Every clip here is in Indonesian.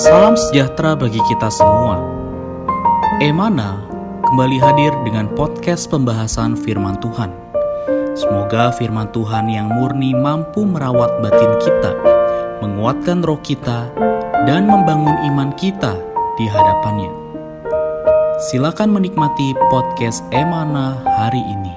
Salam sejahtera bagi kita semua. Emana kembali hadir dengan podcast pembahasan firman Tuhan. Semoga firman Tuhan yang murni mampu merawat batin kita, menguatkan roh kita, dan membangun iman kita di hadapannya. Silakan menikmati podcast Emana hari ini.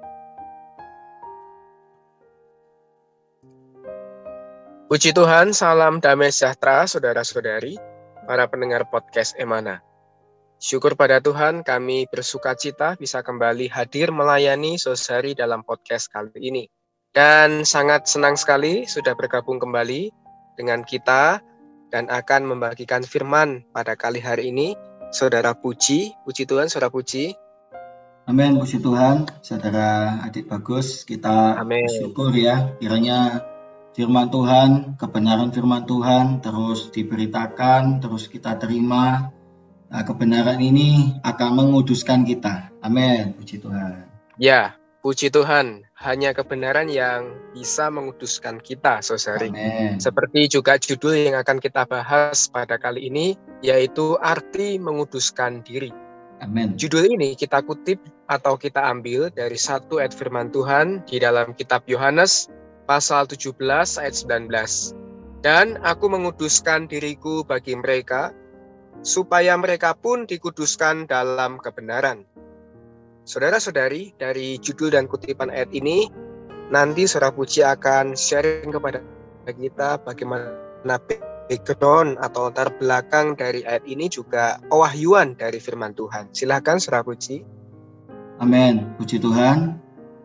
Puji Tuhan, salam damai sejahtera saudara-saudari, para pendengar podcast Emana. Syukur pada Tuhan, kami bersuka cita bisa kembali hadir melayani saudari dalam podcast kali ini. Dan sangat senang sekali sudah bergabung kembali dengan kita dan akan membagikan firman pada kali hari ini. Saudara Puji, puji Tuhan, saudara Puji. Amin, puji Tuhan, saudara Adik Bagus, kita bersyukur ya, kiranya firman Tuhan, kebenaran firman Tuhan terus diberitakan, terus kita terima. Kebenaran ini akan menguduskan kita. Amin, puji Tuhan. Ya, puji Tuhan, hanya kebenaran yang bisa menguduskan kita, saudari. Amin. Seperti juga judul yang akan kita bahas pada kali ini, yaitu arti menguduskan diri. Amin. Judul ini kita kutip atau kita ambil dari satu ayat firman Tuhan di dalam kitab Yohanes, pasal 17 ayat 19. Dan aku menguduskan diriku bagi mereka, supaya mereka pun dikuduskan dalam kebenaran. Saudara-saudari, dari judul dan kutipan ayat ini, nanti saudara Puji akan sharing kepada kita bagaimana background atau latar belakang dari ayat ini, juga pewahyuan dari firman Tuhan. Silakan saudara Puji. Amin, puji Tuhan.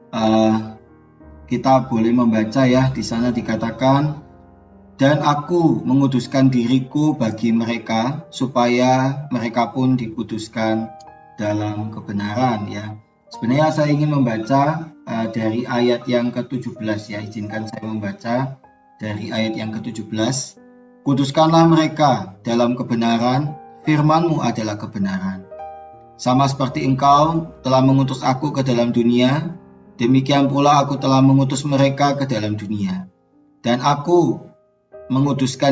Kita boleh membaca ya, di sana dikatakan, dan aku menguduskan diriku bagi mereka, supaya mereka pun dikuduskan dalam kebenaran ya. Sebenarnya saya ingin membaca dari ayat yang ke-17 ya, izinkan saya membaca dari ayat yang ke-17. Kuduskanlah mereka dalam kebenaran, firman-Mu adalah kebenaran. Sama seperti Engkau telah mengutus aku ke dalam dunia, demikian pula aku telah mengutus mereka ke dalam dunia. Dan aku menguduskan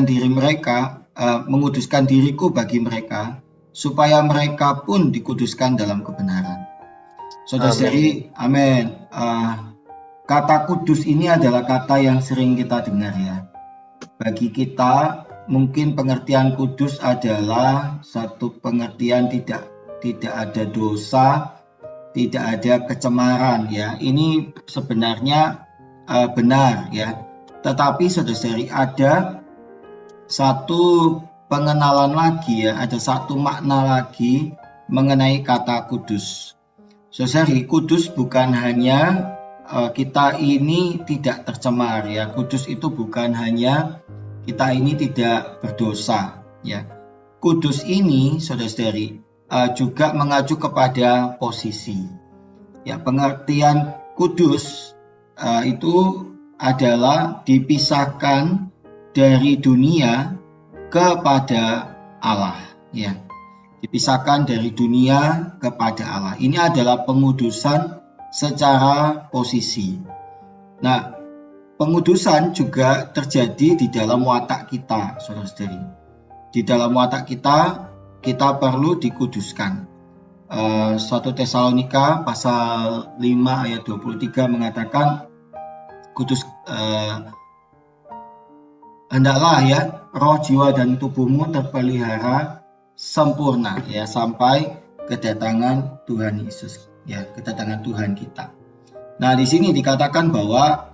diriku bagi mereka, supaya mereka pun dikuduskan dalam kebenaran. Saudara-saudari, amin. Kata kudus ini adalah kata yang sering kita dengar ya. Bagi kita, mungkin pengertian kudus adalah satu pengertian tidak ada dosa, tidak ada kecemaran ya. Ini sebenarnya benar ya. Tetapi saudara-saudari, ada satu pengenalan lagi ya, ada satu makna lagi mengenai kata kudus. Saudara-saudari, kudus bukan hanya kita ini tidak tercemar ya. Kudus itu bukan hanya kita ini tidak berdosa ya. Kudus ini saudara-saudari juga mengacu kepada posisi. Ya, pengertian kudus itu adalah dipisahkan dari dunia kepada Allah. Ya, dipisahkan dari dunia kepada Allah. Ini adalah pengudusan secara posisi. Nah, pengudusan juga terjadi di dalam watak kita, saudara-saudari. Di dalam watak kita perlu dikuduskan. 1 Tesalonika pasal 5 ayat 23 mengatakan, kudus hendaklah ya roh, jiwa dan tubuhmu terpelihara sempurna ya sampai kedatangan Tuhan Yesus ya, kedatangan Tuhan kita. Nah, di sini dikatakan bahwa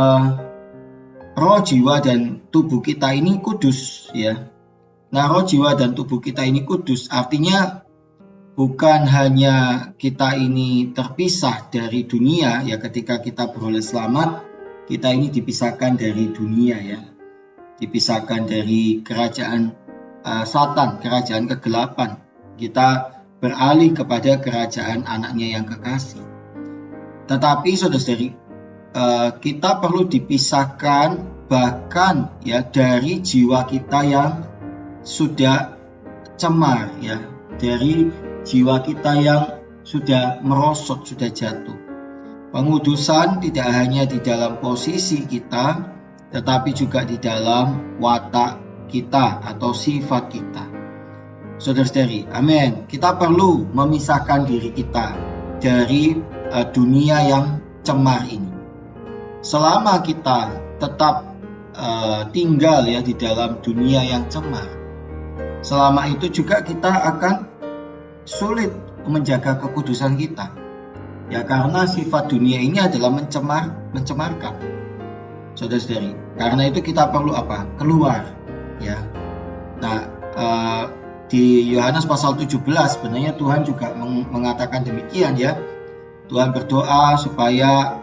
roh, jiwa dan tubuh kita ini kudus ya. Nah, roh, jiwa dan tubuh kita ini kudus artinya bukan hanya kita ini terpisah dari dunia ya, ketika kita beroleh selamat, kita ini dipisahkan dari dunia ya. Dipisahkan dari kerajaan Satan, kerajaan kegelapan. Kita beralih kepada kerajaan anaknya yang kekasih. Tetapi saudara-saudari, kita perlu dipisahkan bahkan ya dari jiwa kita yang sudah cemar ya, dari jiwa kita yang sudah merosot, sudah jatuh. Pengudusan tidak hanya di dalam posisi kita, tetapi juga di dalam watak kita atau sifat kita. Saudara-saudari, amin. Kita perlu memisahkan diri kita dari dunia yang cemar ini. Selama kita tetap tinggal ya di dalam dunia yang cemar, selama itu juga kita akan sulit menjaga kekudusan kita. Ya, karena sifat dunia ini adalah mencemarkan. Saudara-saudari, karena itu kita perlu apa? Keluar, ya. Nah, di Yohanes pasal 17 sebenarnya Tuhan juga mengatakan demikian, ya. Tuhan berdoa supaya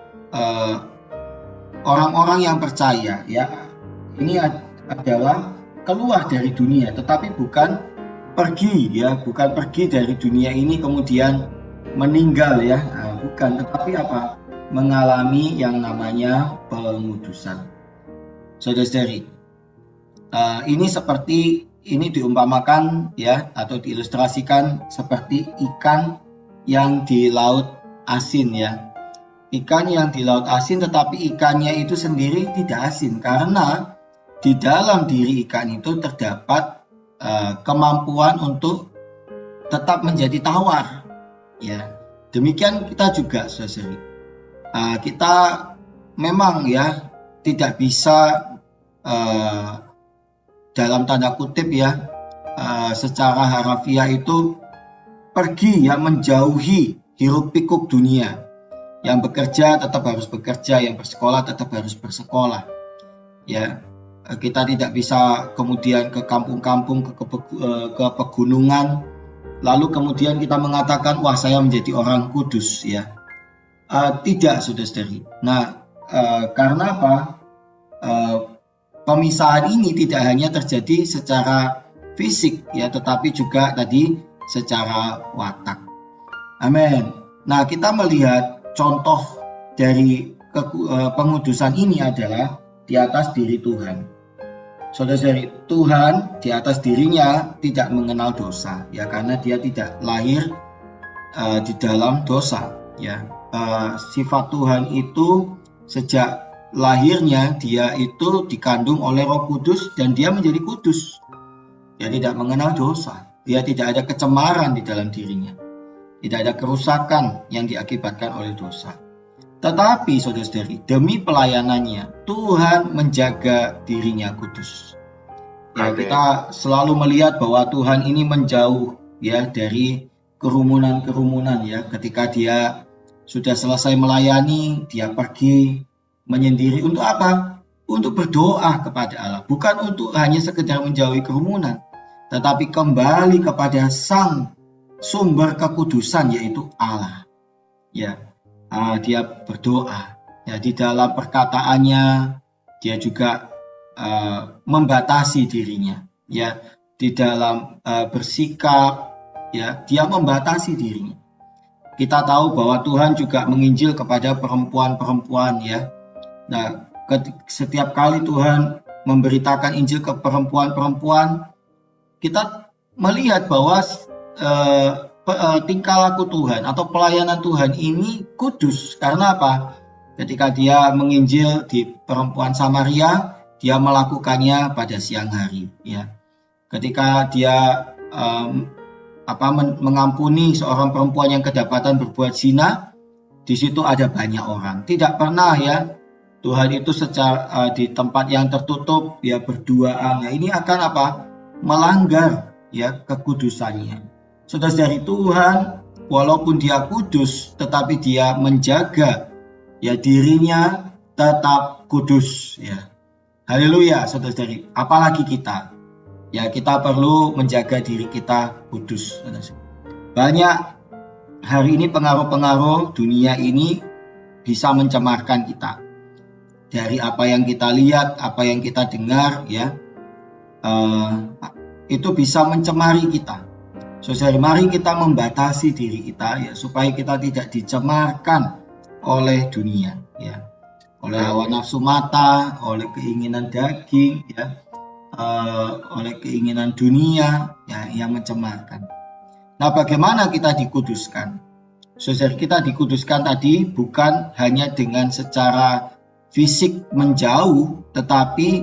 orang-orang yang percaya, ya, ini adalah keluar dari dunia, tetapi bukan pergi, ya, bukan pergi dari dunia ini kemudian meninggal, ya, bukan, tetapi apa? Mengalami yang namanya pengudusan. Saudara-saudari, ini diumpamakan, ya, atau diilustrasikan seperti ikan yang di laut asin, ya. Ikan yang di laut asin, tetapi ikannya itu sendiri tidak asin karena di dalam diri ikan itu terdapat kemampuan untuk tetap menjadi tawar, ya. Demikian kita juga, saudara. Kita memang, ya, tidak bisa dalam tanda kutip, ya, secara harafiah itu pergi, ya, menjauhi hiruk pikuk dunia. Yang bekerja tetap harus bekerja, yang bersekolah tetap harus bersekolah, ya. Kita tidak bisa kemudian ke kampung-kampung, ke pegunungan, lalu kemudian kita mengatakan, wah, saya menjadi orang kudus, ya. Tidak, saudara-saudari. Nah, karena apa? Pemisahan ini tidak hanya terjadi secara fisik, ya, tetapi juga tadi secara watak. Amin. Nah, kita melihat contoh dari pengudusan ini adalah di atas diri Tuhan. Saudara-saudari, Tuhan di atas dirinya tidak mengenal dosa, ya, karena dia tidak lahir di dalam dosa, ya. Sifat Tuhan itu sejak lahirnya dia itu dikandung oleh Roh Kudus dan dia menjadi kudus. Dia tidak mengenal dosa, dia tidak ada kecemaran di dalam dirinya, tidak ada kerusakan yang diakibatkan oleh dosa. Tetapi saudara-saudari, demi pelayanannya Tuhan menjaga dirinya kudus. Ya, kita selalu melihat bahwa Tuhan ini menjauh, ya, dari kerumunan-kerumunan, ya. Ketika dia sudah selesai melayani, dia pergi menyendiri untuk apa? Untuk berdoa kepada Allah, bukan untuk hanya sekedar menjauhi kerumunan, tetapi kembali kepada Sang sumber kekudusan, yaitu Allah, ya. Dia berdoa, ya, di dalam perkataannya dia juga membatasi dirinya, ya, di dalam bersikap, ya, dia membatasi dirinya. Kita tahu bahwa Tuhan juga menginjil kepada perempuan-perempuan, ya. Nah, setiap kali Tuhan memberitakan Injil ke perempuan-perempuan, kita melihat bahwa tingkah laku Tuhan atau pelayanan Tuhan ini kudus. Karena apa? Ketika dia menginjil di perempuan Samaria, dia melakukannya pada siang hari, ya. Ketika dia mengampuni seorang perempuan yang kedapatan berbuat zina, di situ ada banyak orang. Tidak pernah, ya, Tuhan itu secara di tempat yang tertutup, ya, berduaan. Nah, ini akan apa? Melanggar, ya, kekudusannya. Saudara-saudari, Tuhan walaupun dia kudus, tetapi dia menjaga, ya, dirinya tetap kudus, ya. Haleluya, saudara-saudari. Apalagi kita, ya, kita perlu menjaga diri kita kudus. Banyak hari ini pengaruh-pengaruh dunia ini bisa mencemarkan kita. Dari apa yang kita lihat, apa yang kita dengar, ya, itu bisa mencemari kita. Saudara, mari kita membatasi diri kita, ya, supaya kita tidak dicemarkan oleh dunia, ya, oleh hawa nafsu mata, oleh keinginan daging, ya, oleh keinginan dunia, ya, yang mencemarkan. Nah, bagaimana kita dikuduskan? Saudara, kita dikuduskan tadi bukan hanya dengan secara fisik menjauh, tetapi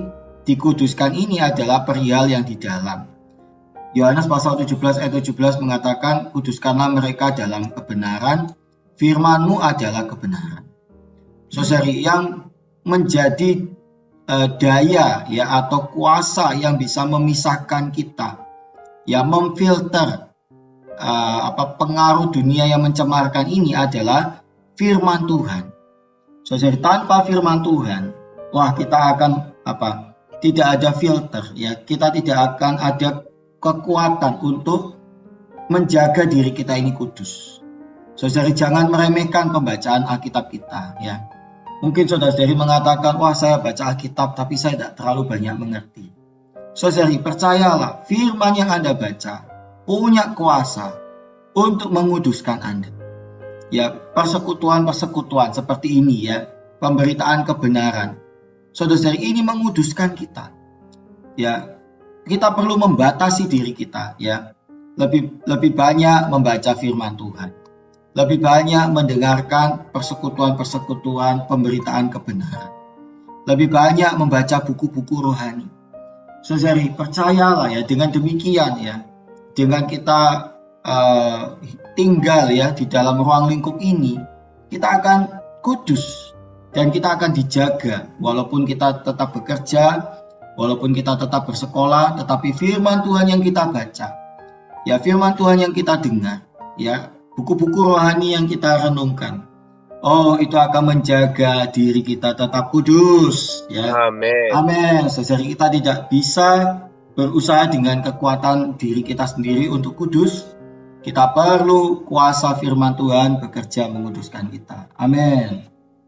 dikuduskan ini adalah perihal yang di dalam. Yohanes pasal 17 ayat 17 mengatakan, kuduskanlah mereka dalam kebenaran, firman-Mu adalah kebenaran. Saudari, yang menjadi daya ya atau kuasa yang bisa memisahkan kita, ya memfilter pengaruh dunia yang mencemarkan ini adalah firman Tuhan. Saudari, tanpa firman Tuhan, kita akan tidak ada filter, ya. Kita tidak akan ada kekuatan untuk menjaga diri kita ini kudus. Saudari, jangan meremehkan pembacaan Alkitab kita, ya. Mungkin saudari mengatakan, saya baca Alkitab tapi saya tidak terlalu banyak mengerti. Saudari, percayalah, firman yang Anda baca punya kuasa untuk menguduskan Anda. Ya, persekutuan-persekutuan seperti ini, ya, pemberitaan kebenaran. Saudari, ini menguduskan kita. Ya, kita perlu membatasi diri kita, ya. Lebih banyak membaca firman Tuhan. Lebih banyak mendengarkan persekutuan-persekutuan pemberitaan kebenaran. Lebih banyak membaca buku-buku rohani. Saudari, percayalah ya, dengan demikian ya, dengan kita tinggal ya di dalam ruang lingkup ini, kita akan kudus dan kita akan dijaga walaupun kita tetap bekerja, walaupun kita tetap bersekolah, tetapi firman Tuhan yang kita baca, ya firman Tuhan yang kita dengar, ya buku-buku rohani yang kita renungkan, itu akan menjaga diri kita tetap kudus, ya. Amin. Amin. Saudari, kita tidak bisa berusaha dengan kekuatan diri kita sendiri untuk kudus. Kita perlu kuasa firman Tuhan bekerja menguduskan kita. Amin.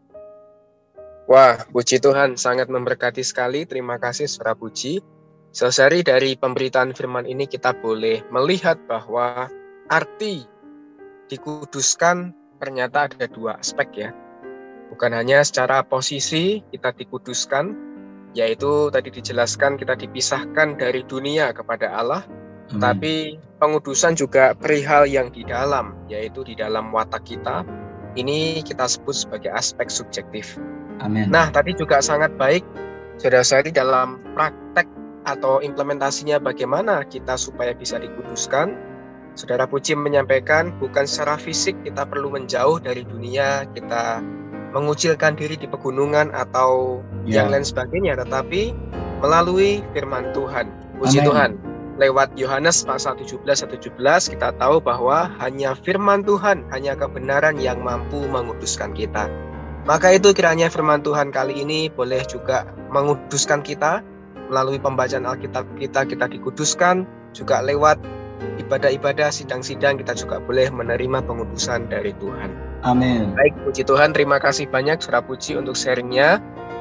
Wah, puji Tuhan, sangat memberkati sekali. Terima kasih Saudara Puji. Saudari, dari pemberitaan firman ini kita boleh melihat bahwa arti dikuduskan ternyata ada dua aspek ya. Bukan hanya secara posisi kita dikuduskan, yaitu tadi dijelaskan kita dipisahkan dari dunia kepada Allah, tapi pengudusan juga perihal yang di dalam, yaitu di dalam watak kita. Ini kita sebut sebagai aspek subjektif. Amin. Nah, tadi juga sangat baik saudara-saudari dalam praktek atau implementasinya bagaimana kita supaya bisa dikuduskan. Saudara Puji menyampaikan bukan secara fisik kita perlu menjauh dari dunia, kita mengucilkan diri di pegunungan atau yang lain sebagainya, tetapi melalui firman Tuhan. Puji Amen. Tuhan. Lewat Yohanes pasal 17 kita tahu bahwa hanya firman Tuhan, hanya kebenaran yang mampu menguduskan kita. Maka itu kiranya firman Tuhan kali ini boleh juga menguduskan kita. Melalui pembacaan Alkitab kita dikuduskan, juga lewat ibadah-ibadah, sidang-sidang kita juga boleh menerima pengudusan dari Tuhan. Amin. Baik, puji Tuhan, terima kasih banyak Saudara Puji untuk sharingnya.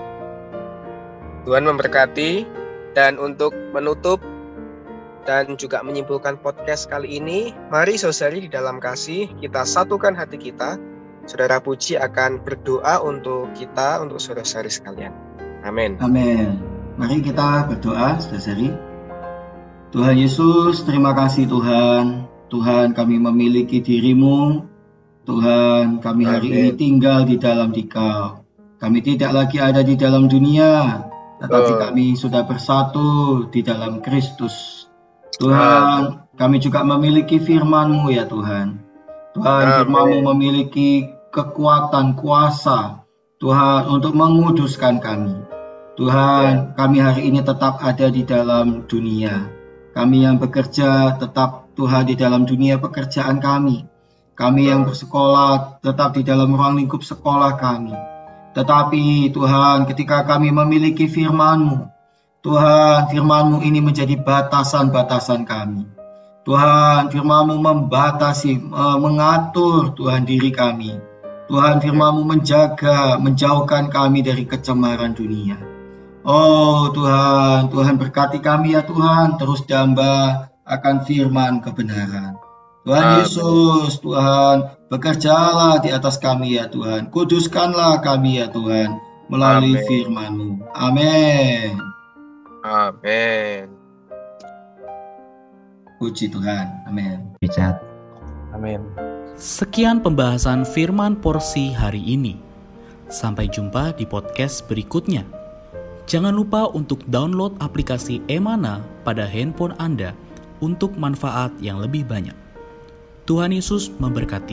Tuhan memberkati. Dan untuk menutup dan juga menyimpulkan podcast kali ini, mari saudari di dalam kasih kita satukan hati kita. Saudara Puji akan berdoa untuk kita, untuk saudara-saudari sekalian. Amin. Amin. Mari kita berdoa, saudari. Tuhan Yesus, terima kasih Tuhan. Tuhan, kami memiliki diri-Mu. Tuhan, kami hari ini tinggal di dalam Dikau. Kami tidak lagi ada di dalam dunia, tetapi kami sudah bersatu di dalam Kristus. Tuhan, kami juga memiliki firman-Mu ya Tuhan. Tuhan, firman-Mu memiliki kekuatan, kuasa, Tuhan, untuk menguduskan kami. Tuhan, kami hari ini tetap ada di dalam dunia. Kami yang bekerja tetap Tuhan di dalam dunia pekerjaan kami. Kami yang bersekolah tetap di dalam ruang lingkup sekolah kami. Tetapi Tuhan, ketika kami memiliki firman-Mu, Tuhan, firman-Mu ini menjadi batasan-batasan kami. Tuhan, firman-Mu membatasi, mengatur Tuhan diri kami. Tuhan, firman-Mu menjaga, menjauhkan kami dari kecemaran dunia. Oh Tuhan, Tuhan berkati kami ya Tuhan, terus damba akan firman kebenaran. Tuhan Yesus, Tuhan, bekerjalah di atas kami ya Tuhan. Kuduskanlah kami ya Tuhan, melalui firman-Mu. Amin. Amin. Puji Tuhan. Amin. Amin. Sekian pembahasan firman porsi hari ini. Sampai jumpa di podcast berikutnya. Jangan lupa untuk download aplikasi Emana pada handphone Anda untuk manfaat yang lebih banyak. Tuhan Yesus memberkati.